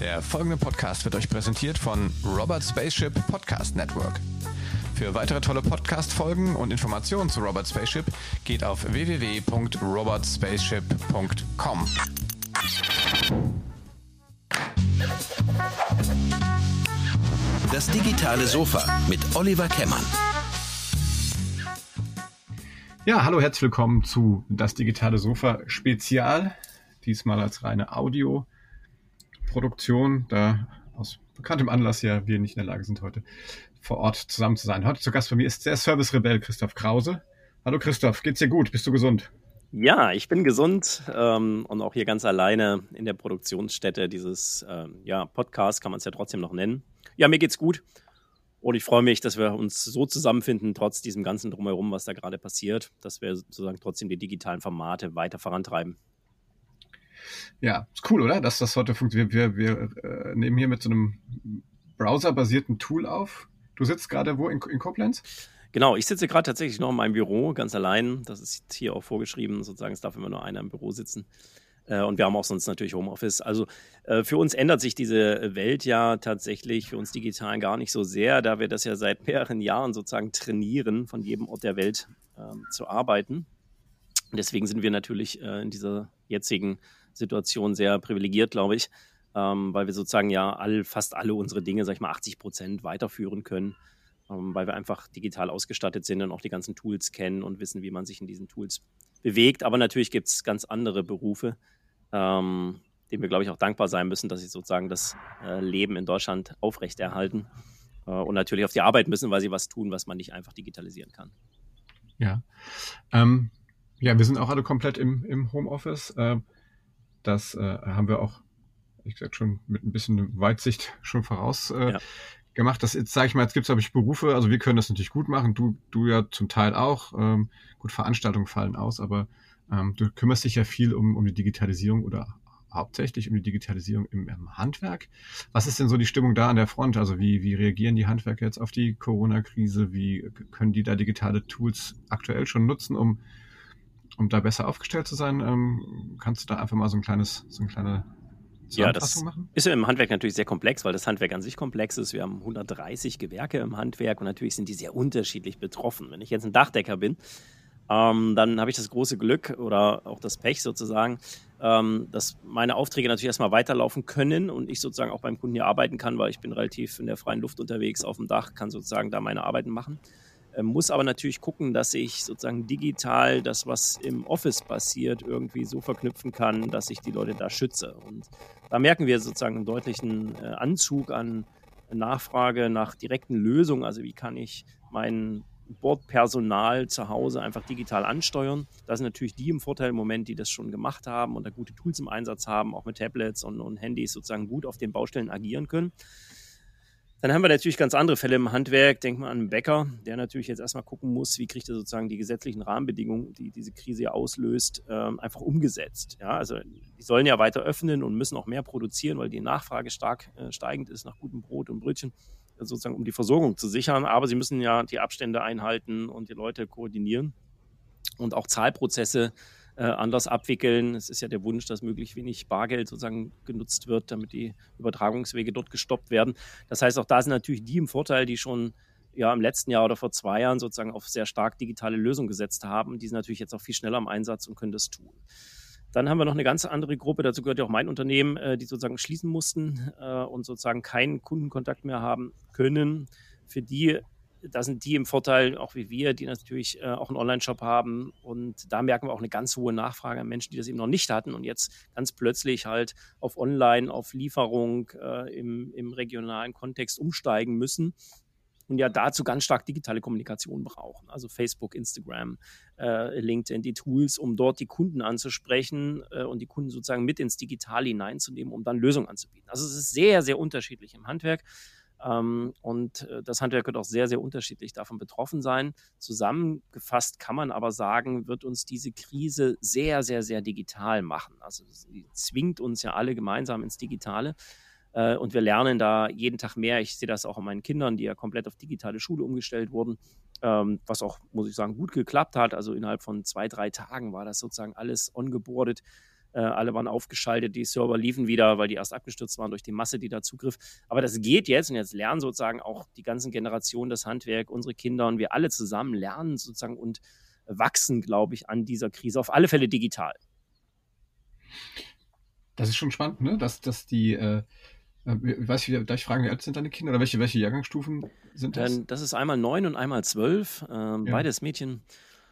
Der folgende Podcast wird euch präsentiert von Robert Spaceship Podcast Network. Für weitere tolle Podcast-Folgen und Informationen zu Robert Spaceship geht auf www.robertspaceship.com. Das digitale Sofa mit Oliver Kemmern. Ja, hallo, herzlich willkommen zu Das digitale Sofa Spezial. Diesmal als reine Audioproduktion, da aus bekanntem Anlass ja wir nicht in der Lage sind, heute vor Ort zusammen zu sein. Heute zu Gast bei mir ist der Service-Rebell Christoph Krause. Hallo Christoph, geht's dir gut? Bist du gesund? Ja, ich bin gesund und auch hier ganz alleine in der Produktionsstätte dieses Podcast, kann man es ja trotzdem noch nennen. Ja, mir geht's gut und ich freue mich, dass wir uns so zusammenfinden, trotz diesem ganzen Drumherum, was da gerade passiert, dass wir sozusagen trotzdem die digitalen Formate weiter vorantreiben. Ja, ist cool, oder? Dass das heute funktioniert. Wir nehmen hier mit so einem browserbasierten Tool auf. Du sitzt gerade wo in Koblenz? Genau, ich sitze gerade tatsächlich noch in meinem Büro, ganz allein. Das ist hier auch vorgeschrieben, sozusagen, es darf immer nur einer im Büro sitzen. Und wir haben auch sonst natürlich Homeoffice. Also für uns ändert sich diese Welt ja tatsächlich, für uns Digitalen gar nicht so sehr, da wir das ja seit mehreren Jahren sozusagen trainieren, von jedem Ort der Welt zu arbeiten. Deswegen sind wir natürlich in dieser jetzigen Situation sehr privilegiert, glaube ich, weil wir sozusagen ja fast alle unsere Dinge, sag ich mal 80% weiterführen können, weil wir einfach digital ausgestattet sind und auch die ganzen Tools kennen und wissen, wie man sich in diesen Tools bewegt. Aber natürlich gibt es ganz andere Berufe, denen wir, glaube ich, auch dankbar sein müssen, dass sie sozusagen das Leben in Deutschland aufrechterhalten und natürlich auf die Arbeit müssen, weil sie was tun, was man nicht einfach digitalisieren kann. Ja, ja, wir sind auch alle komplett im Homeoffice. Das haben wir auch, ich gesagt, schon mit ein bisschen Weitsicht schon voraus gemacht. Das jetzt sage ich mal, jetzt gibt es, glaube ich, Berufe, also wir können das natürlich gut machen, du ja zum Teil auch. Gut, Veranstaltungen fallen aus, aber du kümmerst dich ja viel um die Digitalisierung oder hauptsächlich um die Digitalisierung im Handwerk. Was ist denn so die Stimmung da an der Front? Also wie reagieren die Handwerker jetzt auf die Corona-Krise? Wie können die da digitale Tools aktuell schon nutzen, um da besser aufgestellt zu sein? Kannst du da einfach mal so eine kleine Zusammenfassung machen? Ist ja im Handwerk natürlich sehr komplex, weil das Handwerk an sich komplex ist. Wir haben 130 Gewerke im Handwerk und natürlich sind die sehr unterschiedlich betroffen. Wenn ich jetzt ein Dachdecker bin, dann habe ich das große Glück oder auch das Pech sozusagen, dass meine Aufträge natürlich erstmal weiterlaufen können und ich sozusagen auch beim Kunden hier arbeiten kann, weil ich bin relativ in der freien Luft unterwegs auf dem Dach, kann sozusagen da meine Arbeiten machen. Muss aber natürlich gucken, dass ich sozusagen digital das, was im Office passiert, irgendwie so verknüpfen kann, dass ich die Leute da schütze. Und da merken wir sozusagen einen deutlichen Anzug an Nachfrage nach direkten Lösungen. Also wie kann ich mein Bordpersonal zu Hause einfach digital ansteuern. Da sind natürlich die im Vorteil im Moment, die das schon gemacht haben und da gute Tools im Einsatz haben, auch mit Tablets und Handys sozusagen gut auf den Baustellen agieren können. Dann haben wir natürlich ganz andere Fälle im Handwerk. Denk mal an einen Bäcker, der natürlich jetzt erstmal gucken muss, wie kriegt er sozusagen die gesetzlichen Rahmenbedingungen, die diese Krise auslöst, einfach umgesetzt. Ja, also die sollen ja weiter öffnen und müssen auch mehr produzieren, weil die Nachfrage stark steigend ist nach gutem Brot und Brötchen, sozusagen um die Versorgung zu sichern. Aber sie müssen ja die Abstände einhalten und die Leute koordinieren und auch Zahlprozesse anders abwickeln. Es ist ja der Wunsch, dass möglichst wenig Bargeld sozusagen genutzt wird, damit die Übertragungswege dort gestoppt werden. Das heißt, auch da sind natürlich die im Vorteil, die schon im letzten Jahr oder vor 2 Jahren sozusagen auf sehr stark digitale Lösungen gesetzt haben. Die sind natürlich jetzt auch viel schneller im Einsatz und können das tun. Dann haben wir noch eine ganz andere Gruppe, dazu gehört ja auch mein Unternehmen, die sozusagen schließen mussten und sozusagen keinen Kundenkontakt mehr haben können. Für die, da sind die im Vorteil, auch wie wir, die natürlich auch einen Online-Shop haben. Und da merken wir auch eine ganz hohe Nachfrage an Menschen, die das eben noch nicht hatten und jetzt ganz plötzlich halt auf Online, auf Lieferung im regionalen Kontext umsteigen müssen. Und ja dazu ganz stark digitale Kommunikation brauchen. Also Facebook, Instagram, LinkedIn, die Tools, um dort die Kunden anzusprechen und die Kunden sozusagen mit ins Digitale hineinzunehmen, um dann Lösungen anzubieten. Also es ist sehr, sehr unterschiedlich im Handwerk. Und das Handwerk wird auch sehr, sehr unterschiedlich davon betroffen sein. Zusammengefasst kann man aber sagen, wird uns diese Krise sehr, sehr, sehr digital machen. Also sie zwingt uns ja alle gemeinsam ins Digitale. Und wir lernen da jeden Tag mehr. Ich sehe das auch an meinen Kindern, die ja komplett auf digitale Schule umgestellt wurden, was auch, muss ich sagen, gut geklappt hat. Also innerhalb von 2-3 Tagen war das sozusagen alles ongeboardet. Alle waren aufgeschaltet, die Server liefen wieder, weil die erst abgestürzt waren durch die Masse, die da zugriff. Aber das geht jetzt und jetzt lernen sozusagen auch die ganzen Generationen das Handwerk, unsere Kinder und wir alle zusammen lernen sozusagen und wachsen, glaube ich, an dieser Krise. Auf alle Fälle digital. Das ist schon spannend, ne? Dass die, darf ich fragen, wie alt sind deine Kinder oder welche Jahrgangsstufen sind das? Das ist einmal 9 und einmal 12, beides Mädchen.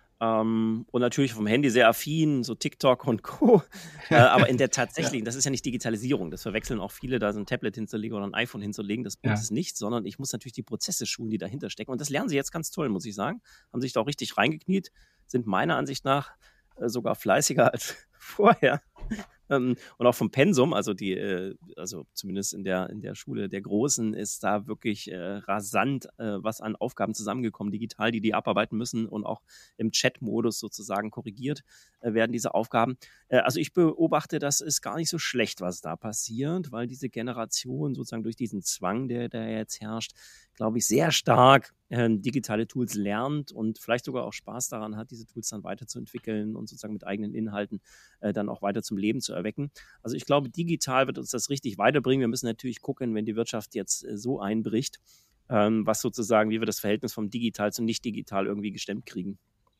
Und natürlich vom Handy sehr affin, so TikTok und Co. Aber in der tatsächlichen, das ist ja nicht Digitalisierung, das verwechseln auch viele, da so ein Tablet hinzulegen oder ein iPhone hinzulegen, das bringt es nicht, sondern ich muss natürlich die Prozesse schulen, die dahinter stecken. Und das lernen sie jetzt ganz toll, muss ich sagen. Haben sich da auch richtig reingekniet, sind meiner Ansicht nach sogar fleißiger als vorher. Und auch vom Pensum, also zumindest in der Schule der Großen ist da wirklich rasant was an Aufgaben zusammengekommen, digital, die abarbeiten müssen und auch im Chat-Modus sozusagen korrigiert werden diese Aufgaben. Also ich beobachte, das ist gar nicht so schlecht, was da passiert, weil diese Generation sozusagen durch diesen Zwang, der jetzt herrscht, glaube ich, sehr stark digitale Tools lernt und vielleicht sogar auch Spaß daran hat, diese Tools dann weiterzuentwickeln und sozusagen mit eigenen Inhalten dann auch weiter zum Leben zu erwecken. Also ich glaube, digital wird uns das richtig weiterbringen. Wir müssen natürlich gucken, wenn die Wirtschaft jetzt so einbricht, was sozusagen, wie wir das Verhältnis vom Digital zum Nicht-Digital irgendwie gestemmt kriegen.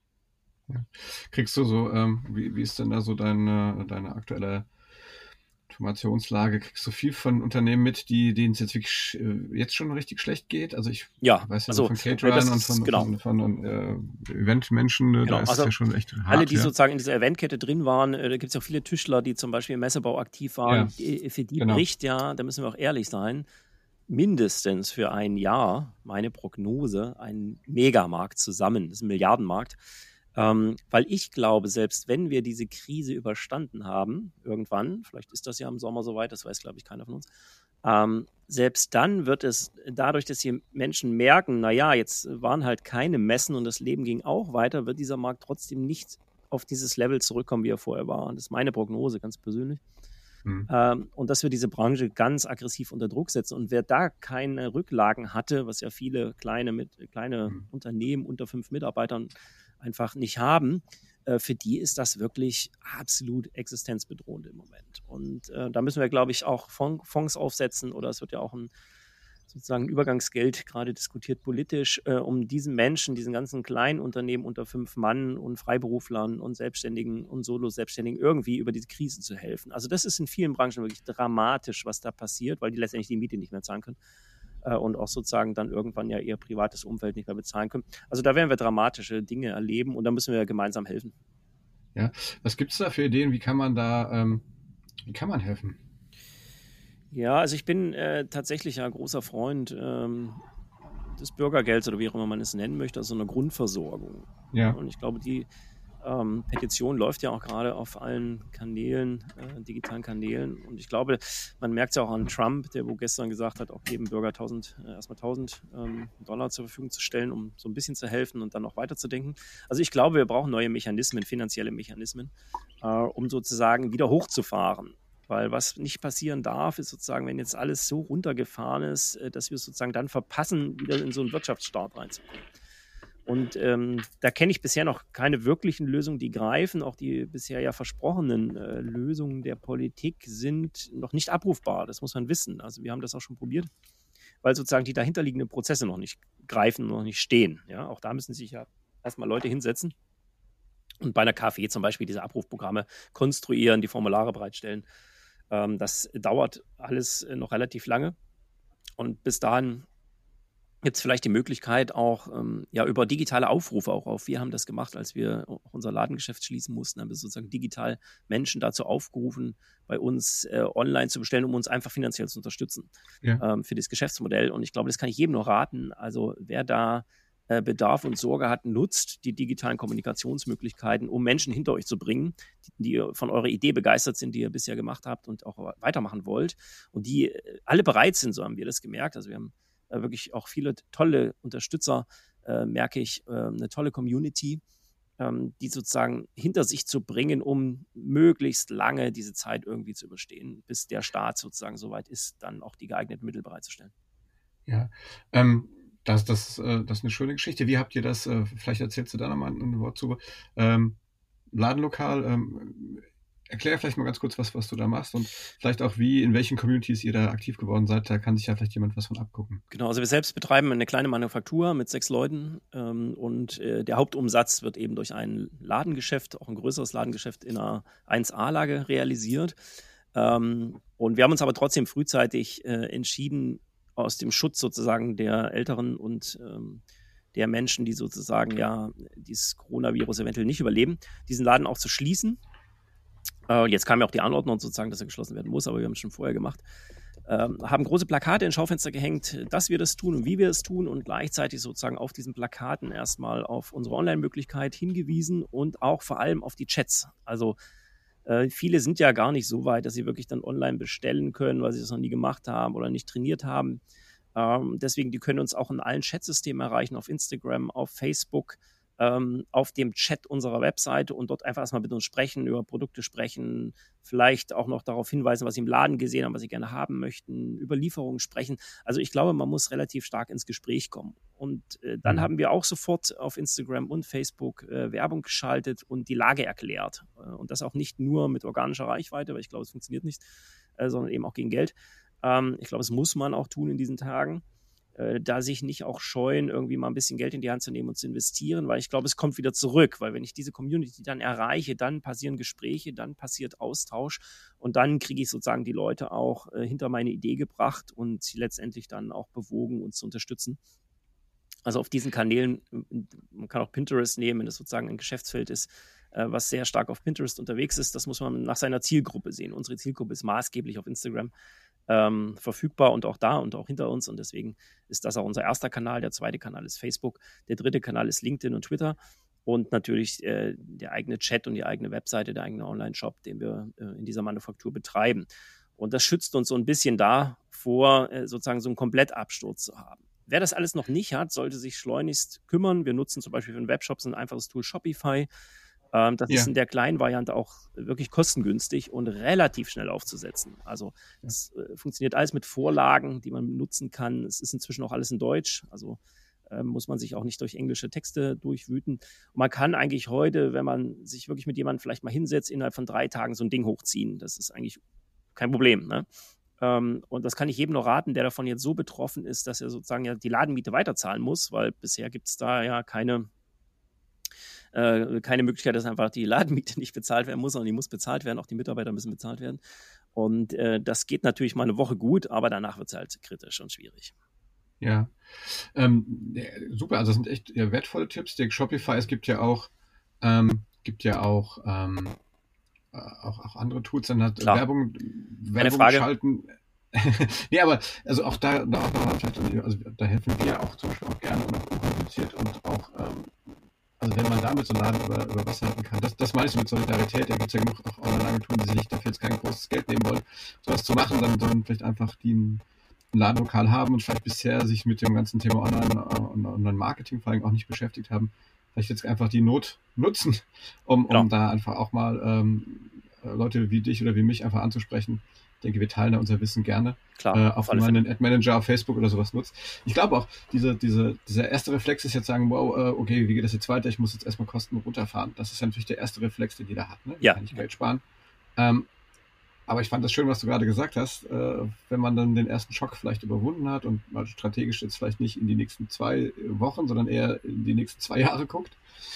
Ja. Kriegst du so, wie ist denn da so deine aktuelle Informationslage? Kriegst du viel von Unternehmen mit, denen es jetzt wirklich jetzt schon richtig schlecht geht? Also ich weiß ja von Caterern und von Eventmenschen, da ist es ja schon echt hart. Alle, die sozusagen in dieser Eventkette drin waren, da gibt es ja auch viele Tischler, die zum Beispiel im Messebau aktiv waren, für die bricht da müssen wir auch ehrlich sein, mindestens für ein Jahr, meine Prognose, ein Megamarkt zusammen, das ist ein Milliardenmarkt. Weil ich glaube, selbst wenn wir diese Krise überstanden haben, irgendwann, vielleicht ist das ja im Sommer soweit, das weiß, glaube ich, keiner von uns, selbst dann wird es dadurch, dass die Menschen merken, naja, jetzt waren halt keine Messen und das Leben ging auch weiter, wird dieser Markt trotzdem nicht auf dieses Level zurückkommen, wie er vorher war. Und das ist meine Prognose, ganz persönlich. Und dass wir diese Branche ganz aggressiv unter Druck setzen. Und wer da keine Rücklagen hatte, was ja viele kleine Unternehmen unter 5 Mitarbeitern einfach nicht haben, für die ist das wirklich absolut existenzbedrohend im Moment. Und da müssen wir, glaube ich, auch Fonds aufsetzen oder es wird ja auch sozusagen ein Übergangsgeld gerade diskutiert politisch, um diesen Menschen, diesen ganzen kleinen Unternehmen unter 5 Mann und Freiberuflern und Selbstständigen und Solo-Selbstständigen irgendwie über diese Krise zu helfen. Also das ist in vielen Branchen wirklich dramatisch, was da passiert, weil die letztendlich die Miete nicht mehr zahlen können. Und auch sozusagen dann irgendwann ja ihr privates Umfeld nicht mehr bezahlen können. Also da werden wir dramatische Dinge erleben und da müssen wir gemeinsam helfen. Ja, was gibt es da für Ideen? Wie kann man helfen? Ja, also ich bin tatsächlich ein großer Freund des Bürgergelds oder wie auch immer man es nennen möchte, also eine Grundversorgung. Ja. Und ich glaube, die Petition läuft ja auch gerade auf allen Kanälen, digitalen Kanälen. Und ich glaube, man merkt es ja auch an Trump, der wo gestern gesagt hat, auch jedem Bürger erstmal 1.000 Dollar zur Verfügung zu stellen, um so ein bisschen zu helfen und dann auch weiterzudenken. Also ich glaube, wir brauchen neue Mechanismen, finanzielle Mechanismen, um sozusagen wieder hochzufahren. Weil was nicht passieren darf, ist sozusagen, wenn jetzt alles so runtergefahren ist, dass wir es sozusagen dann verpassen, wieder in so einen Wirtschaftsstart reinzukommen. Und da kenne ich bisher noch keine wirklichen Lösungen, die greifen. Auch die bisher ja versprochenen Lösungen der Politik sind noch nicht abrufbar. Das muss man wissen. Also wir haben das auch schon probiert, weil sozusagen die dahinterliegenden Prozesse noch nicht greifen, noch nicht stehen. Ja, auch da müssen sich ja erstmal Leute hinsetzen und bei einer KfW zum Beispiel diese Abrufprogramme konstruieren, die Formulare bereitstellen. Das dauert alles noch relativ lange. Und bis dahin gibt es vielleicht die Möglichkeit auch über digitale Aufrufe wir haben das gemacht, als wir unser Ladengeschäft schließen mussten, haben wir sozusagen digital Menschen dazu aufgerufen, bei uns online zu bestellen, um uns einfach finanziell zu unterstützen für das Geschäftsmodell. Und ich glaube, das kann ich jedem noch raten. Also wer da Bedarf und Sorge hat, nutzt die digitalen Kommunikationsmöglichkeiten, um Menschen hinter euch zu bringen, die von eurer Idee begeistert sind, die ihr bisher gemacht habt und auch weitermachen wollt und die alle bereit sind, so haben wir das gemerkt. Also wir haben wirklich auch viele tolle Unterstützer, merke ich, eine tolle Community, die sozusagen hinter sich zu bringen, um möglichst lange diese Zeit irgendwie zu überstehen, bis der Staat sozusagen soweit ist, dann auch die geeigneten Mittel bereitzustellen. Ja, das ist eine schöne Geschichte. Wie habt ihr das, vielleicht erzählst du da nochmal ein Wort zu, Ladenlokal, Erklär vielleicht mal ganz kurz, was du da machst und vielleicht auch in welchen Communities ihr da aktiv geworden seid. Da kann sich ja vielleicht jemand was von abgucken. Genau, also wir selbst betreiben eine kleine Manufaktur mit 6 Leuten und der Hauptumsatz wird eben durch ein Ladengeschäft, auch ein größeres Ladengeschäft in einer 1A-Lage realisiert. Und wir haben uns aber trotzdem frühzeitig entschieden, aus dem Schutz sozusagen der Älteren und der Menschen, die sozusagen ja dieses Coronavirus eventuell nicht überleben, diesen Laden auch zu schließen. Jetzt kam ja auch die Anordnung sozusagen, dass er geschlossen werden muss, aber wir haben es schon vorher gemacht. Haben große Plakate in Schaufenster gehängt, dass wir das tun und wie wir es tun und gleichzeitig sozusagen auf diesen Plakaten erstmal auf unsere Online-Möglichkeit hingewiesen und auch vor allem auf die Chats. Also viele sind ja gar nicht so weit, dass sie wirklich dann online bestellen können, weil sie das noch nie gemacht haben oder nicht trainiert haben. Deswegen, die können uns auch in allen Chatsystemen erreichen, auf Instagram, auf Facebook, auf dem Chat unserer Webseite und dort einfach erstmal mit uns sprechen, über Produkte sprechen, vielleicht auch noch darauf hinweisen, was sie im Laden gesehen haben, was sie gerne haben möchten, über Lieferungen sprechen. Also ich glaube, man muss relativ stark ins Gespräch kommen. Und dann haben wir auch sofort auf Instagram und Facebook Werbung geschaltet und die Lage erklärt. Und das auch nicht nur mit organischer Reichweite, weil ich glaube, es funktioniert nicht, sondern eben auch gegen Geld. Ich glaube, es muss man auch tun in diesen Tagen. Da sich nicht auch scheuen, irgendwie mal ein bisschen Geld in die Hand zu nehmen und zu investieren, weil ich glaube, es kommt wieder zurück, weil wenn ich diese Community dann erreiche, dann passieren Gespräche, dann passiert Austausch und dann kriege ich sozusagen die Leute auch hinter meine Idee gebracht und sie letztendlich dann auch bewogen, uns zu unterstützen. Also auf diesen Kanälen, man kann auch Pinterest nehmen, wenn das sozusagen ein Geschäftsfeld ist, was sehr stark auf Pinterest unterwegs ist, das muss man nach seiner Zielgruppe sehen. Unsere Zielgruppe ist maßgeblich auf Instagram verfügbar und auch da und auch hinter uns und deswegen ist das auch unser erster Kanal. Der zweite Kanal ist Facebook, der dritte Kanal ist LinkedIn und Twitter und natürlich der eigene Chat und die eigene Webseite, der eigene Online-Shop, den wir in dieser Manufaktur betreiben. Und das schützt uns so ein bisschen davor, sozusagen so einen Komplettabsturz zu haben. Wer das alles noch nicht hat, sollte sich schleunigst kümmern. Wir nutzen zum Beispiel für einen Webshop ein einfaches Tool Shopify. Das ist in der kleinen Variante auch wirklich kostengünstig und relativ schnell aufzusetzen. Also es funktioniert alles mit Vorlagen, die man nutzen kann. Es ist inzwischen auch alles in Deutsch, also muss man sich auch nicht durch englische Texte durchwüten. Und man kann eigentlich heute, wenn man sich wirklich mit jemandem vielleicht mal hinsetzt, innerhalb von 3 Tagen so ein Ding hochziehen. Das ist eigentlich kein Problem, ne? Und das kann ich jedem noch raten, der davon jetzt so betroffen ist, dass er sozusagen ja die Ladenmiete weiterzahlen muss, weil bisher gibt es da ja keine Möglichkeit, dass einfach die Ladenmiete nicht bezahlt werden muss, sondern die muss bezahlt werden, auch die Mitarbeiter müssen bezahlt werden. Und das geht natürlich mal eine Woche gut, aber danach wird es halt kritisch und schwierig. Ja, super, also das sind echt wertvolle Tipps. Der Shopify, es gibt ja auch auch andere Tools, dann hat Werbung schalten. Nee, aber also auch da helfen wir auch zum Beispiel auch gerne und auch unkompliziert und auch also wenn man damit so einen Laden über Wasser halten kann, das meine ich so mit Solidarität, da gibt es ja genug auch Online-Agenturen, die sich dafür jetzt kein großes Geld nehmen wollen, sowas zu machen, dann vielleicht einfach die ein Ladenlokal haben und vielleicht bisher sich mit dem ganzen Thema Online-Marketing vor allem auch nicht beschäftigt haben, vielleicht jetzt einfach die Not nutzen, um da einfach auch mal Leute wie dich oder wie mich einfach anzusprechen. Ich denke, wir teilen da unser Wissen gerne. Klar, auch wenn man einen Ad-Manager auf Facebook oder sowas nutzt. Ich glaube auch, dieser erste Reflex ist jetzt sagen, wow, okay, wie geht das jetzt weiter? Ich muss jetzt erstmal Kosten runterfahren. Das ist ja natürlich der erste Reflex, den jeder hat. Ne? Ja. Kann ich Geld sparen. Aber ich fand das schön, was du gerade gesagt hast. Wenn man dann den ersten Schock vielleicht überwunden hat und mal strategisch jetzt vielleicht nicht in die nächsten 2 Wochen, sondern eher in die nächsten 2 Jahre guckt,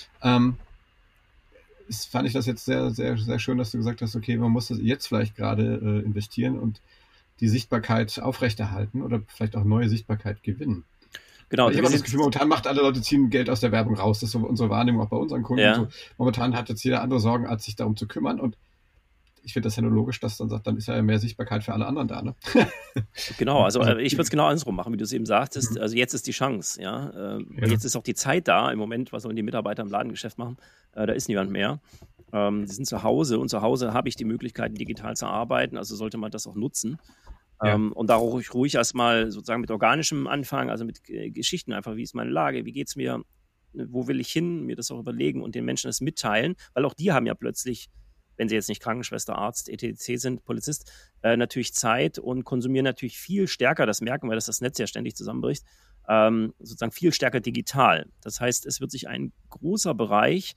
fand ich das jetzt sehr, sehr, sehr schön, dass du gesagt hast, okay, man muss das jetzt vielleicht gerade investieren und die Sichtbarkeit aufrechterhalten oder vielleicht auch neue Sichtbarkeit gewinnen. Genau. Ich habe das Gefühl, momentan alle Leute ziehen Geld aus der Werbung raus. Das ist so unsere Wahrnehmung auch bei unseren Kunden. Ja. So. Momentan hat jetzt jeder andere Sorgen, als sich darum zu kümmern und ich finde das ja nur logisch, dass dann sagt, dann ist ja mehr Sichtbarkeit für alle anderen da, ne? Genau, also ich würde es genau andersrum machen, wie du es eben sagtest. Also jetzt ist die Chance, ja. Jetzt ist auch die Zeit da. Im Moment, was sollen die Mitarbeiter im Ladengeschäft machen? Da ist niemand mehr. Sie sind zu Hause und zu Hause habe ich die Möglichkeiten, digital zu arbeiten, also sollte man das auch nutzen. Ja. Und da ruhig erstmal sozusagen mit organischem anfangen, also mit Geschichten einfach, wie ist meine Lage, wie geht es mir, wo will ich hin, mir das auch überlegen und den Menschen das mitteilen, weil auch die haben ja plötzlich, wenn sie jetzt nicht Krankenschwester, Arzt, etc. sind, Polizist, natürlich Zeit und konsumieren natürlich viel stärker, das merken wir, dass das Netz ja ständig zusammenbricht, sozusagen viel stärker digital. Das heißt, es wird sich ein großer Bereich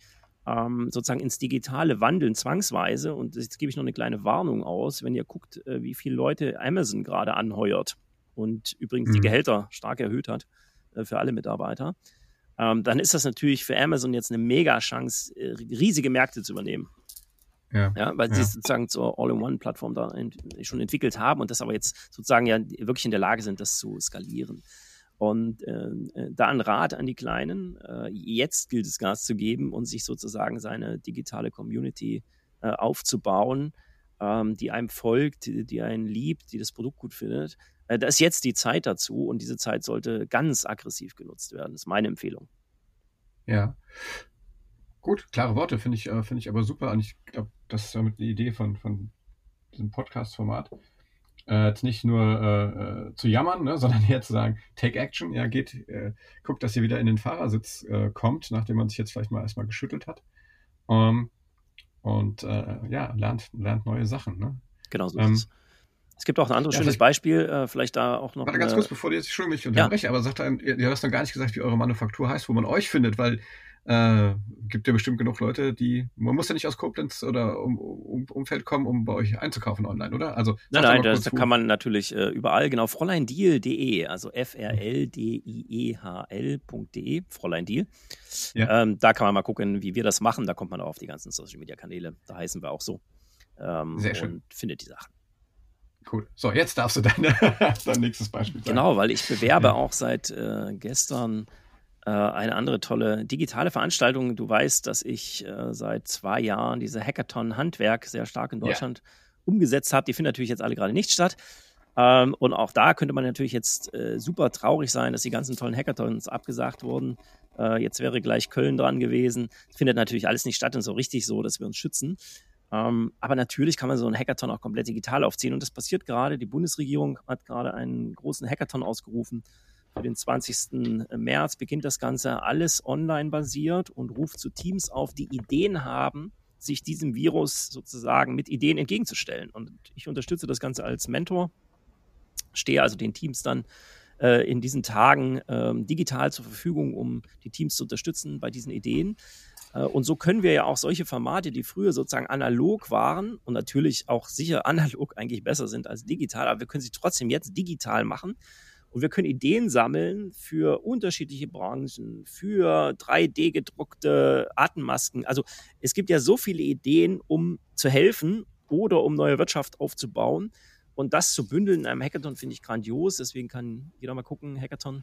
sozusagen ins Digitale wandeln, zwangsweise. Und jetzt gebe ich noch eine kleine Warnung aus, wenn ihr guckt, wie viele Leute Amazon gerade anheuert und übrigens die Gehälter stark erhöht hat für alle Mitarbeiter, dann ist das natürlich für Amazon jetzt eine Mega-Chance, riesige Märkte zu übernehmen. Ja, weil sie sozusagen zur All-in-One-Plattform da schon entwickelt haben und das aber jetzt sozusagen ja wirklich in der Lage sind, das zu skalieren. Und da ein Rat an die Kleinen, jetzt gilt es Gas zu geben und sich sozusagen seine digitale Community aufzubauen, die einem folgt, die einen liebt, die das Produkt gut findet. Da ist jetzt die Zeit dazu und diese Zeit sollte ganz aggressiv genutzt werden. Das ist meine Empfehlung. Ja. Gut, klare Worte, finde ich aber super. Und ich glaube, das ist damit die Idee von diesem Podcast-Format. Jetzt nicht nur zu jammern, ne, sondern jetzt zu sagen, take action, ja, guckt, dass ihr wieder in den Fahrersitz kommt, nachdem man sich jetzt vielleicht mal erstmal geschüttelt hat. Lernt neue Sachen. Ne? Genau so ist es. Es gibt auch ein anderes schönes Beispiel, vielleicht da auch noch. Warte ganz kurz, bevor du jetzt schon mich unterbreche, aber ihr hast noch gar nicht gesagt, wie eure Manufaktur heißt, wo man euch findet, weil gibt ja bestimmt genug Leute, man muss ja nicht aus Koblenz oder Umfeld kommen, um bei euch einzukaufen online, oder? Also nein, das kann man natürlich überall, genau, fräuleindeal.de, also frldieh.de, Fräulein Deal. Ja. Da kann man mal gucken, wie wir das machen, da kommt man auch auf die ganzen Social-Media-Kanäle, da heißen wir auch so. Sehr schön. Und findet die Sachen. Cool. So, jetzt darfst du dein nächstes Beispiel sagen. Genau, weil ich bewerbe auch seit gestern eine andere tolle digitale Veranstaltung. Du weißt, dass ich seit 2 Jahren diese Hackathon-Handwerk sehr stark in Deutschland umgesetzt habe. Die finden natürlich jetzt alle gerade nicht statt. Und auch da könnte man natürlich jetzt super traurig sein, dass die ganzen tollen Hackathons abgesagt wurden. Jetzt wäre gleich Köln dran gewesen. Findet natürlich alles nicht statt und so richtig so, dass wir uns schützen. Aber natürlich kann man so einen Hackathon auch komplett digital aufziehen. Und das passiert gerade. Die Bundesregierung hat gerade einen großen Hackathon ausgerufen. Für den 20. März beginnt das Ganze, alles online basiert und ruft zu Teams auf, die Ideen haben, sich diesem Virus sozusagen mit Ideen entgegenzustellen. Und ich unterstütze das Ganze als Mentor, stehe also den Teams dann in diesen Tagen digital zur Verfügung, um die Teams zu unterstützen bei diesen Ideen. Und so können wir ja auch solche Formate, die früher sozusagen analog waren und natürlich auch sicher analog eigentlich besser sind als digital, aber wir können sie trotzdem jetzt digital machen. Und wir können Ideen sammeln für unterschiedliche Branchen, für 3D-gedruckte Atemmasken. Also es gibt ja so viele Ideen, um zu helfen oder um neue Wirtschaft aufzubauen. Und das zu bündeln in einem Hackathon finde ich grandios. Deswegen kann jeder mal gucken, Hackathon.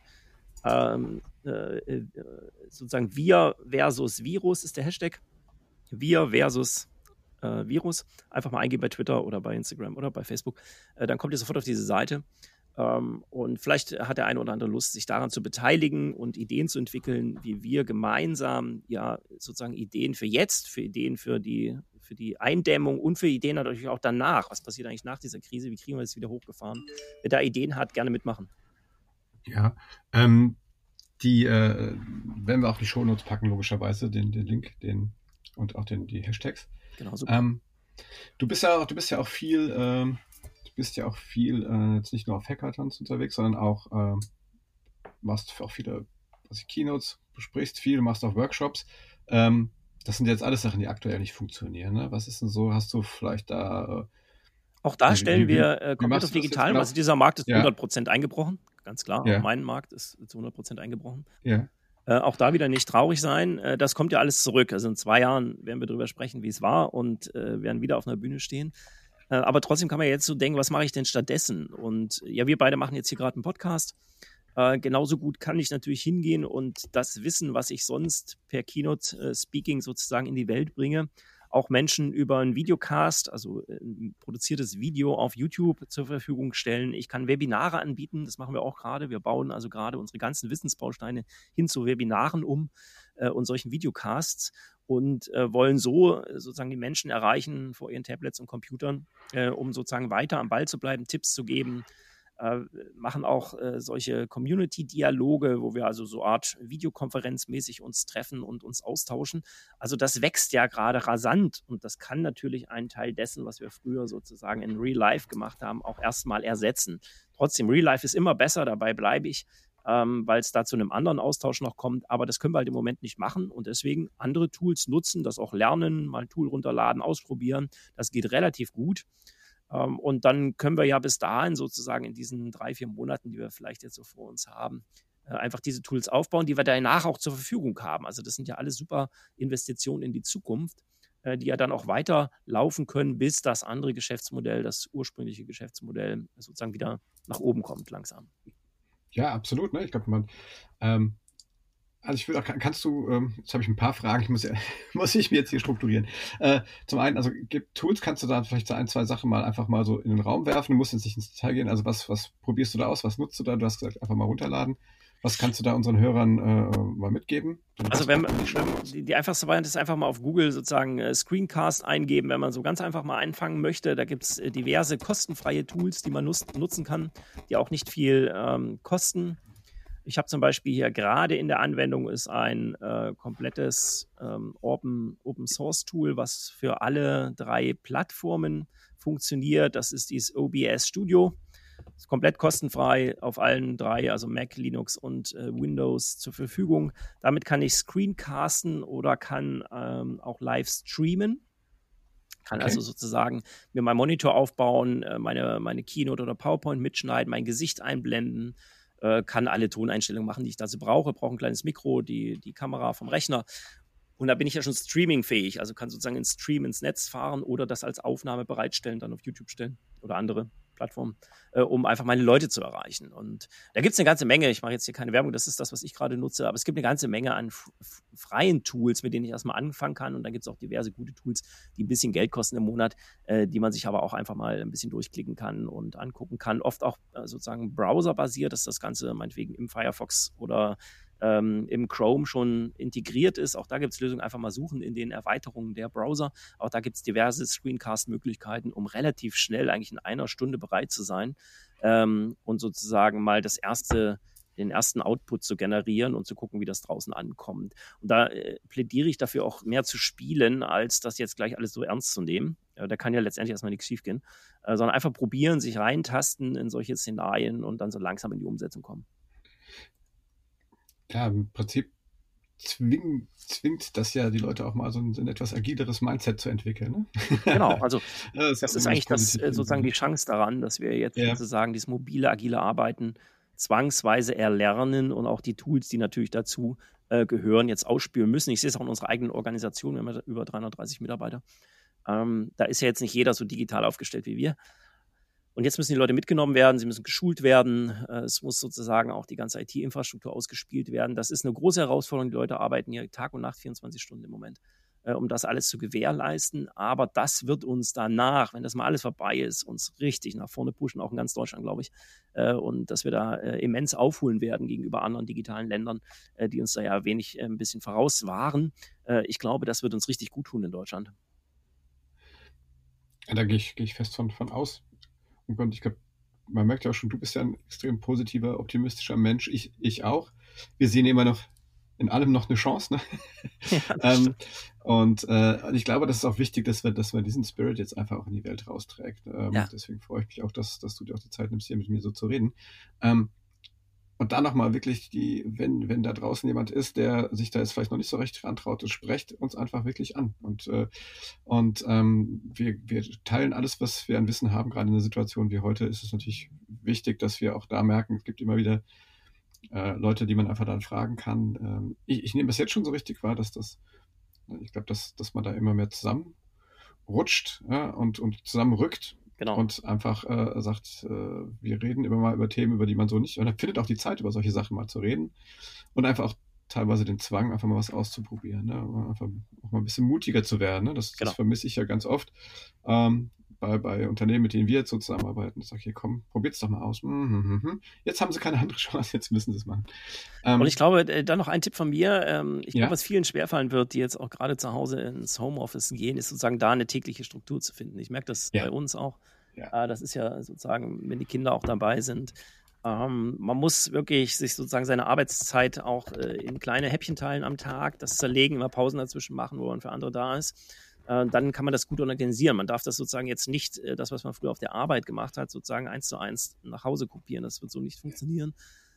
Sozusagen Wir versus Virus ist der Hashtag. Wir versus Virus. Einfach mal eingeben bei Twitter oder bei Instagram oder bei Facebook. Dann kommt ihr sofort auf diese Seite. Und vielleicht hat der eine oder andere Lust, sich daran zu beteiligen und Ideen zu entwickeln, wie wir gemeinsam ja sozusagen Ideen für jetzt, für Ideen für die Eindämmung und für Ideen natürlich auch danach. Was passiert eigentlich nach dieser Krise? Wie kriegen wir das wieder hochgefahren? Wer da Ideen hat, gerne mitmachen. Ja, werden wir auch die Shownotes packen, logischerweise, den Link, und auch die Hashtags. Genau so. Du bist ja auch viel jetzt nicht nur auf Hackathons unterwegs, sondern auch machst auch viele Keynotes, besprichst viel, machst auch Workshops. Das sind jetzt alles Sachen, die aktuell nicht funktionieren. Ne? Was ist denn so? Hast du vielleicht da... auch da stellen wir komplett auf digital. Genau? Also dieser Markt ist 100% eingebrochen. Ganz klar, auch mein Markt ist zu 100% eingebrochen. Ja. Auch da wieder nicht traurig sein. Das kommt ja alles zurück. Also in 2 Jahren werden wir darüber sprechen, wie es war und werden wieder auf einer Bühne stehen. Aber trotzdem kann man jetzt so denken, was mache ich denn stattdessen? Und ja, wir beide machen jetzt hier gerade einen Podcast. Genauso gut kann ich natürlich hingehen und das Wissen, was ich sonst per Keynote-Speaking sozusagen in die Welt bringe, auch Menschen über einen Videocast, also ein produziertes Video auf YouTube zur Verfügung stellen. Ich kann Webinare anbieten, das machen wir auch gerade. Wir bauen also gerade unsere ganzen Wissensbausteine hin zu Webinaren und solchen Videocasts und wollen so sozusagen die Menschen erreichen vor ihren Tablets und Computern, um sozusagen weiter am Ball zu bleiben, Tipps zu geben. Machen auch solche Community-Dialoge, wo wir also so Art Videokonferenzmäßig uns treffen und uns austauschen. Also das wächst ja gerade rasant und das kann natürlich einen Teil dessen, was wir früher sozusagen in Real Life gemacht haben, auch erstmal ersetzen. Trotzdem, Real Life ist immer besser, dabei bleibe ich. weil es da zu einem anderen Austausch noch kommt. Aber das können wir halt im Moment nicht machen und deswegen andere Tools nutzen, das auch lernen, mal ein Tool runterladen, ausprobieren. Das geht relativ gut. Und dann können wir ja bis dahin sozusagen in diesen 3-4 Monaten, die wir vielleicht jetzt so vor uns haben, einfach diese Tools aufbauen, die wir danach auch zur Verfügung haben. Also das sind ja alles super Investitionen in die Zukunft, die ja dann auch weiter laufen können, bis das andere Geschäftsmodell, das ursprüngliche Geschäftsmodell sozusagen wieder nach oben kommt langsam. Ja, absolut. Ne? Ich glaube, also ich würde auch, kannst du, jetzt habe ich ein paar Fragen, muss ich mir jetzt hier strukturieren. Zum einen, also gibt Tools, kannst du da vielleicht so 1, 2 Sachen mal einfach mal so in den Raum werfen, du musst jetzt nicht ins Detail gehen, also was probierst du da aus, was nutzt du da? Du hast gesagt, einfach mal runterladen. Was kannst du da unseren Hörern mal mitgeben? Also wenn die einfachste Variante ist einfach mal auf Google sozusagen Screencast eingeben, wenn man so ganz einfach mal einfangen möchte. Da gibt es diverse kostenfreie Tools, die man nutzen kann, die auch nicht viel kosten. Ich habe zum Beispiel hier gerade in der Anwendung ist ein komplettes Open-Source-Tool, was für alle 3 Plattformen funktioniert. Das ist dieses OBS Studio. Ist komplett kostenfrei auf allen 3, also Mac, Linux und Windows zur Verfügung. Damit kann ich screencasten oder kann auch live streamen. Kann also sozusagen mir meinen Monitor aufbauen, meine Keynote oder PowerPoint mitschneiden, mein Gesicht einblenden, kann alle Toneinstellungen machen, die ich dazu brauche. Brauche ein kleines Mikro, die Kamera vom Rechner. Und da bin ich ja schon streamingfähig, also kann sozusagen einen Stream ins Netz fahren oder das als Aufnahme bereitstellen, dann auf YouTube stellen oder andere Plattformen, um einfach meine Leute zu erreichen. Und da gibt es eine ganze Menge, ich mache jetzt hier keine Werbung, das ist das, was ich gerade nutze, aber es gibt eine ganze Menge an freien Tools, mit denen ich erstmal anfangen kann und dann gibt es auch diverse gute Tools, die ein bisschen Geld kosten im Monat, die man sich aber auch einfach mal ein bisschen durchklicken kann und angucken kann. Oft auch sozusagen browserbasiert, dass das Ganze meinetwegen im Firefox oder im Chrome schon integriert ist. Auch da gibt es Lösungen, einfach mal suchen in den Erweiterungen der Browser. Auch da gibt es diverse Screencast-Möglichkeiten, um relativ schnell eigentlich in 1 Stunde bereit zu sein und sozusagen mal den ersten Output zu generieren und zu gucken, wie das draußen ankommt. Und da plädiere ich dafür auch mehr zu spielen, als das jetzt gleich alles so ernst zu nehmen. Da kann ja letztendlich erstmal nichts schiefgehen, sondern einfach probieren, sich reintasten in solche Szenarien und dann so langsam in die Umsetzung kommen. Ja, im Prinzip zwingt das ja die Leute auch mal so ein etwas agileres Mindset zu entwickeln. Ne? Genau, also das ist eigentlich sozusagen die Chance daran, dass wir jetzt sozusagen dieses mobile, agile Arbeiten zwangsweise erlernen und auch die Tools, die natürlich dazu gehören, jetzt ausspüren müssen. Ich sehe es auch in unserer eigenen Organisation, wir haben ja über 330 Mitarbeiter. Da ist ja jetzt nicht jeder so digital aufgestellt wie wir. Und jetzt müssen die Leute mitgenommen werden, sie müssen geschult werden, es muss sozusagen auch die ganze IT-Infrastruktur ausgespielt werden. Das ist eine große Herausforderung, die Leute arbeiten hier Tag und Nacht 24 Stunden im Moment, um das alles zu gewährleisten. Aber das wird uns danach, wenn das mal alles vorbei ist, uns richtig nach vorne pushen, auch in ganz Deutschland, glaube ich. Und dass wir da immens aufholen werden gegenüber anderen digitalen Ländern, die uns da ja ein bisschen voraus waren. Ich glaube, das wird uns richtig gut tun in Deutschland. Ja, da gehe ich fest von aus. Und ich glaube, man merkt ja auch schon, du bist ja ein extrem positiver, optimistischer Mensch. Ich auch. Wir sehen immer noch in allem noch eine Chance. Ne? Ja, und ich glaube, das ist auch wichtig, dass wir diesen Spirit jetzt einfach auch in die Welt rausträgt. Deswegen freue ich mich auch, dass du dir auch die Zeit nimmst, hier mit mir so zu reden. Und dann nochmal wirklich wenn da draußen jemand ist, der sich da jetzt vielleicht noch nicht so recht rantraut, sprecht uns einfach wirklich an. Und wir teilen alles, was wir an Wissen haben. Gerade in einer Situation wie heute ist es natürlich wichtig, dass wir auch da merken, es gibt immer wieder Leute, die man einfach dann fragen kann. Ich nehme es jetzt schon so richtig wahr, ich glaube, dass man da immer mehr zusammenrutscht und zusammenrückt. Genau. Und einfach sagt, wir reden immer mal über Themen, über die man so nicht, und dann findet auch die Zeit, über solche Sachen mal zu reden und einfach auch teilweise den Zwang, einfach mal was auszuprobieren, ne? Einfach auch mal ein bisschen mutiger zu werden. Ne? Das vermisse ich ja ganz oft bei Unternehmen, mit denen wir jetzt so zusammenarbeiten. Ich sage, hier komm, probiert's doch mal aus. Jetzt haben sie keine andere Chance, jetzt müssen sie es machen. Und ich glaube, dann noch ein Tipp von mir. Ich glaube, was vielen schwerfallen wird, die jetzt auch gerade zu Hause ins Homeoffice gehen, ist sozusagen da eine tägliche Struktur zu finden. Ich merke das bei uns auch. Ja. Das ist ja sozusagen, wenn die Kinder auch dabei sind. Man muss wirklich sich sozusagen seine Arbeitszeit auch in kleine Häppchen teilen am Tag, das zerlegen, immer Pausen dazwischen machen, wo man für andere da ist. Dann kann man das gut organisieren. Man darf das sozusagen jetzt nicht, das, was man früher auf der Arbeit gemacht hat, sozusagen 1:1 nach Hause kopieren. Das wird so nicht funktionieren.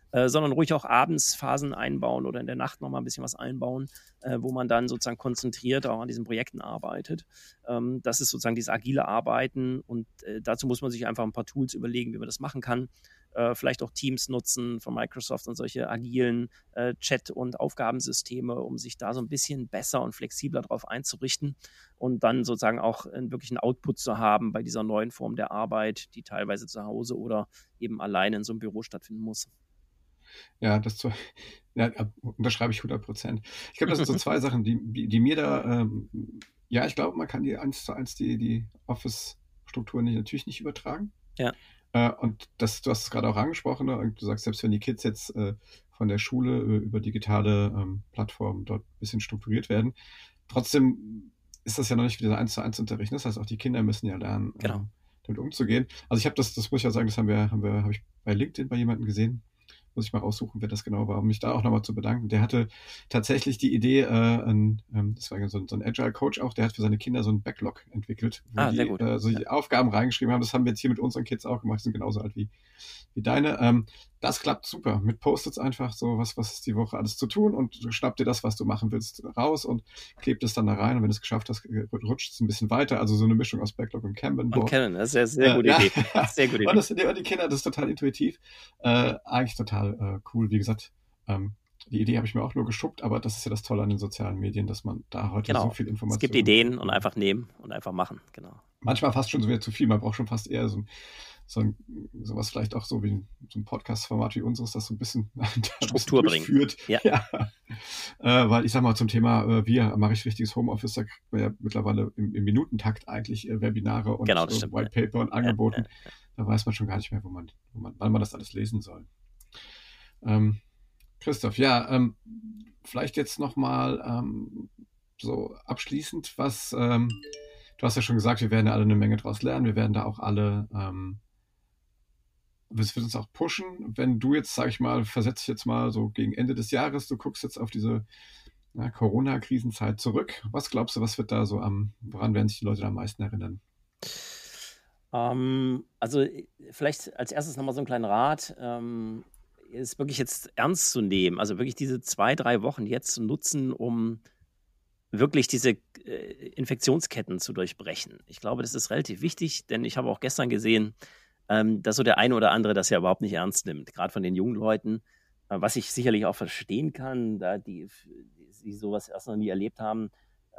sondern ruhig auch abends Phasen einbauen oder in der Nacht nochmal ein bisschen was einbauen, wo man dann sozusagen konzentriert auch an diesen Projekten arbeitet. Das ist sozusagen dieses agile Arbeiten und dazu muss man sich einfach ein paar Tools überlegen, wie man das machen kann. Vielleicht auch Teams nutzen von Microsoft und solche agilen Chat- und Aufgabensysteme, um sich da so ein bisschen besser und flexibler drauf einzurichten und dann sozusagen auch wirklich einen Output zu haben bei dieser neuen Form der Arbeit, die teilweise zu Hause oder eben alleine in so einem Büro stattfinden muss. Ja, unterschreibe ich 100%. Ich glaube, das sind so zwei Sachen, die mir da, ich glaube, man kann die 1:1 die Office-Struktur natürlich nicht übertragen. Ja. Und du hast es gerade auch angesprochen, ne? Du sagst, selbst wenn die Kids jetzt von der Schule über digitale Plattformen dort ein bisschen strukturiert werden, trotzdem ist das ja noch nicht wie dieser 1:1 Unterricht. Das heißt, auch die Kinder müssen ja lernen, damit umzugehen. Also ich habe das muss ich ja sagen, das habe ich bei LinkedIn bei jemandem gesehen. Muss ich mal raussuchen, wer das genau war, um mich da auch nochmal zu bedanken. Der hatte tatsächlich die Idee, das war so ein Agile-Coach auch, der hat für seine Kinder so einen Backlog entwickelt, wo die Aufgaben reingeschrieben haben. Das haben wir jetzt hier mit unseren Kids auch gemacht, die sind genauso alt wie deine. Das klappt super. Mit Post-its einfach so, was ist die Woche alles zu tun und du schnapp dir das, was du machen willst, raus und klebt es dann da rein und wenn du es geschafft hast, rutscht es ein bisschen weiter. Also so eine Mischung aus Backlog und Kanban-Board. Und Kanban, das ist eine sehr gute Idee. Sehr gute Idee. Und die Kinder, das ist total intuitiv. Eigentlich total cool. Wie gesagt, die Idee habe ich mir auch nur geschubbt, aber das ist ja das Tolle an den sozialen Medien, dass man da heute so viel Information... Es gibt Ideen und einfach nehmen und einfach machen, genau. Manchmal fast schon so wieder zu viel. Man braucht schon fast eher sowas vielleicht auch so wie so ein Podcast-Format wie unseres, das so ein bisschen Struktur durchführt. Ja. Weil ich sag mal zum Thema, wie mache ich richtiges Homeoffice, da kriegt man ja mittlerweile im Minutentakt eigentlich Webinare und White Paper und Angeboten. Da weiß man schon gar nicht mehr, wann man das alles lesen soll. Christoph, vielleicht jetzt nochmal so abschließend, du hast ja schon gesagt, wir werden ja alle eine Menge draus lernen, wir werden da auch alle das wird uns auch pushen. Wenn du jetzt, sag ich mal, versetz dich jetzt mal so gegen Ende des Jahres, du guckst jetzt auf diese Corona-Krisenzeit zurück. Was glaubst du, was wird da so woran werden sich die Leute da am meisten erinnern? Also vielleicht als erstes nochmal so einen kleinen Rat, ist wirklich jetzt ernst zu nehmen. Also wirklich diese 2-3 Wochen jetzt zu nutzen, um wirklich diese Infektionsketten zu durchbrechen. Ich glaube, das ist relativ wichtig, denn ich habe auch gestern gesehen, dass so der eine oder andere das ja überhaupt nicht ernst nimmt, gerade von den jungen Leuten, was ich sicherlich auch verstehen kann, da die sowas erst noch nie erlebt haben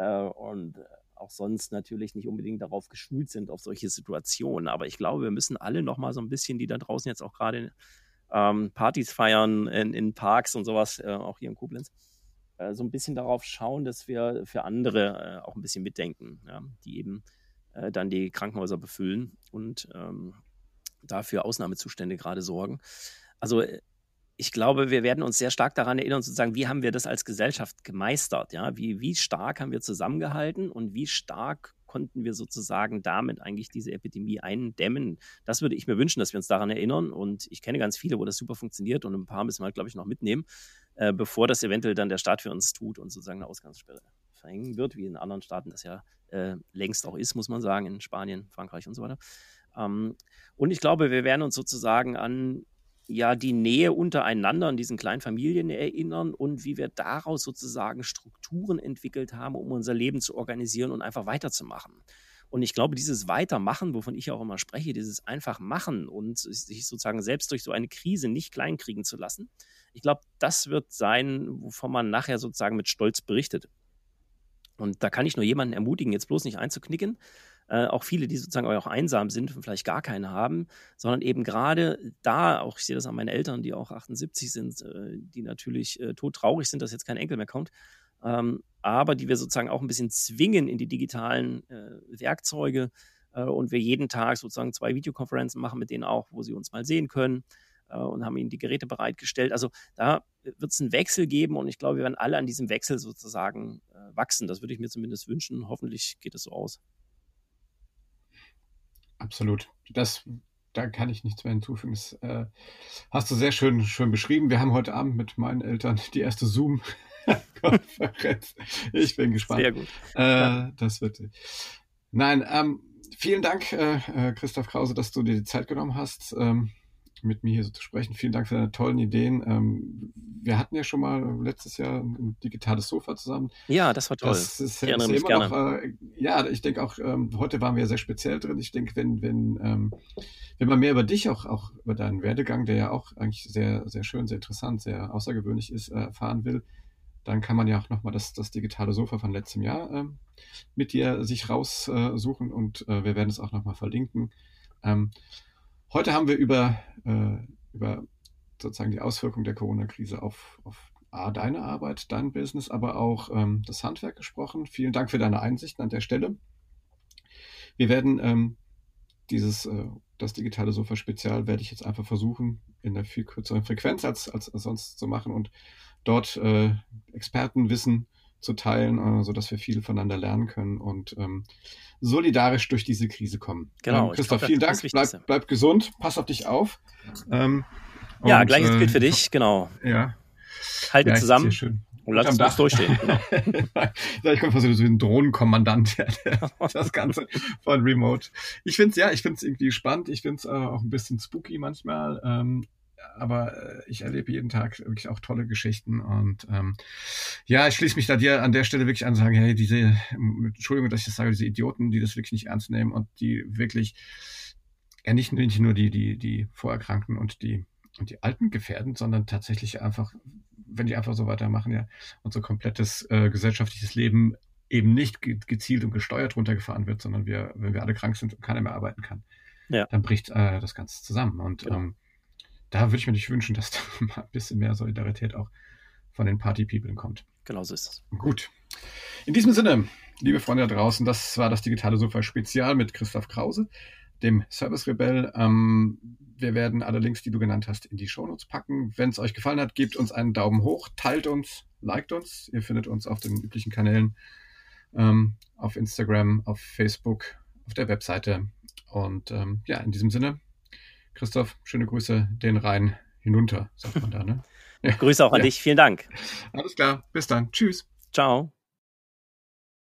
und auch sonst natürlich nicht unbedingt darauf geschult sind, auf solche Situationen. Aber ich glaube, wir müssen alle noch mal so ein bisschen, die da draußen jetzt auch gerade Partys feiern in Parks und sowas, auch hier in Koblenz, so ein bisschen darauf schauen, dass wir für andere auch ein bisschen mitdenken, die eben dann die Krankenhäuser befüllen und dafür Ausnahmezustände gerade sorgen. Also ich glaube, wir werden uns sehr stark daran erinnern, sozusagen, wie haben wir das als Gesellschaft gemeistert? Ja? Wie stark haben wir zusammengehalten und wie stark konnten wir sozusagen damit eigentlich diese Epidemie eindämmen? Das würde ich mir wünschen, dass wir uns daran erinnern. Und ich kenne ganz viele, wo das super funktioniert und ein paar müssen wir halt, glaube ich, noch mitnehmen, bevor das eventuell dann der Staat für uns tut und sozusagen eine Ausgangssperre verhängen wird, wie in anderen Staaten das ja längst auch ist, muss man sagen, in Spanien, Frankreich und so weiter. Und ich glaube, wir werden uns sozusagen an die Nähe untereinander in diesen kleinen Familien erinnern und wie wir daraus sozusagen Strukturen entwickelt haben, um unser Leben zu organisieren und einfach weiterzumachen. Und ich glaube, dieses Weitermachen, wovon ich auch immer spreche, dieses einfach machen und sich sozusagen selbst durch so eine Krise nicht kleinkriegen zu lassen, ich glaube, das wird sein, wovon man nachher sozusagen mit Stolz berichtet. Und da kann ich nur jemanden ermutigen, jetzt bloß nicht einzuknicken, auch viele, die sozusagen auch einsam sind und vielleicht gar keine haben, sondern eben gerade da, auch ich sehe das an meinen Eltern, die auch 78 sind, die natürlich todtraurig sind, dass jetzt kein Enkel mehr kommt, aber die wir sozusagen auch ein bisschen zwingen in die digitalen Werkzeuge und wir jeden Tag sozusagen 2 Videokonferenzen machen mit denen auch, wo sie uns mal sehen können und haben ihnen die Geräte bereitgestellt. Also da wird es einen Wechsel geben und ich glaube, wir werden alle an diesem Wechsel sozusagen wachsen. Das würde ich mir zumindest wünschen. Hoffentlich geht es so aus. Absolut. Da kann ich nichts mehr hinzufügen. Das hast du sehr schön beschrieben. Wir haben heute Abend mit meinen Eltern die erste Zoom-Konferenz. Ich bin gespannt. Sehr gut. Das wird. Nein, vielen Dank, Christoph Krause, dass du dir die Zeit genommen hast. mit mir hier so zu sprechen. Vielen Dank für deine tollen Ideen. Wir hatten ja schon mal letztes Jahr ein digitales Sofa zusammen. Ja, das war toll. Das ist, Ich erinnere ist mich immer gerne. noch, ja, ich denke auch, heute waren wir ja sehr speziell drin. Ich denke, wenn man mehr über dich, auch über deinen Werdegang, der ja auch eigentlich sehr, sehr schön, sehr interessant, sehr außergewöhnlich ist, erfahren will, dann kann man ja auch nochmal das digitale Sofa von letztem Jahr mit dir sich raussuchen und wir werden es auch nochmal verlinken. Ähm, Heute haben wir über sozusagen die Auswirkungen der Corona-Krise auf deine Arbeit, dein Business, aber auch das Handwerk gesprochen. Vielen Dank für deine Einsichten an der Stelle. Wir werden das digitale Sofa-Spezial werde ich jetzt einfach versuchen, in einer viel kürzeren Frequenz als sonst zu machen und dort Expertenwissen zu teilen, sodass wir viel voneinander lernen können und solidarisch durch diese Krise kommen. Genau. Christoph, vielen Dank. Bleib gesund, pass auf dich auf. Ja, gleiches gilt für dich, genau. Ja. Halte zusammen schön. und lass es durchstehen. Genau. Ich komme fast so ein Drohnenkommandant, der das Ganze von Remote. Ich finde es irgendwie spannend. Ich finde es auch ein bisschen spooky manchmal. Aber ich erlebe jeden Tag wirklich auch tolle Geschichten und ich schließe mich da dir an der Stelle wirklich an und sage, hey, Entschuldigung, dass ich das sage, diese Idioten, die das wirklich nicht ernst nehmen und die wirklich nicht nur die Vorerkrankten und die Alten gefährden, sondern tatsächlich einfach, wenn die einfach so weitermachen, ja, unser komplettes gesellschaftliches Leben eben nicht gezielt und gesteuert runtergefahren wird, sondern wenn wir alle krank sind und keiner mehr arbeiten kann, dann bricht das Ganze zusammen. Und da würde ich mir nicht wünschen, dass da mal ein bisschen mehr Solidarität auch von den Party-People kommt. Genau so ist es. Gut. In diesem Sinne, liebe Freunde da draußen, das war das digitale Sofa-Spezial mit Christoph Krause, dem Service-Rebell. Wir werden alle Links, die du genannt hast, in die Shownotes packen. Wenn es euch gefallen hat, gebt uns einen Daumen hoch, teilt uns, liked uns. Ihr findet uns auf den üblichen Kanälen, auf Instagram, auf Facebook, auf der Webseite. Und in diesem Sinne, Christoph, schöne Grüße den Rhein hinunter, sagt man da, ne? Ja. Grüße auch an dich, vielen Dank. Alles klar, bis dann. Tschüss. Ciao.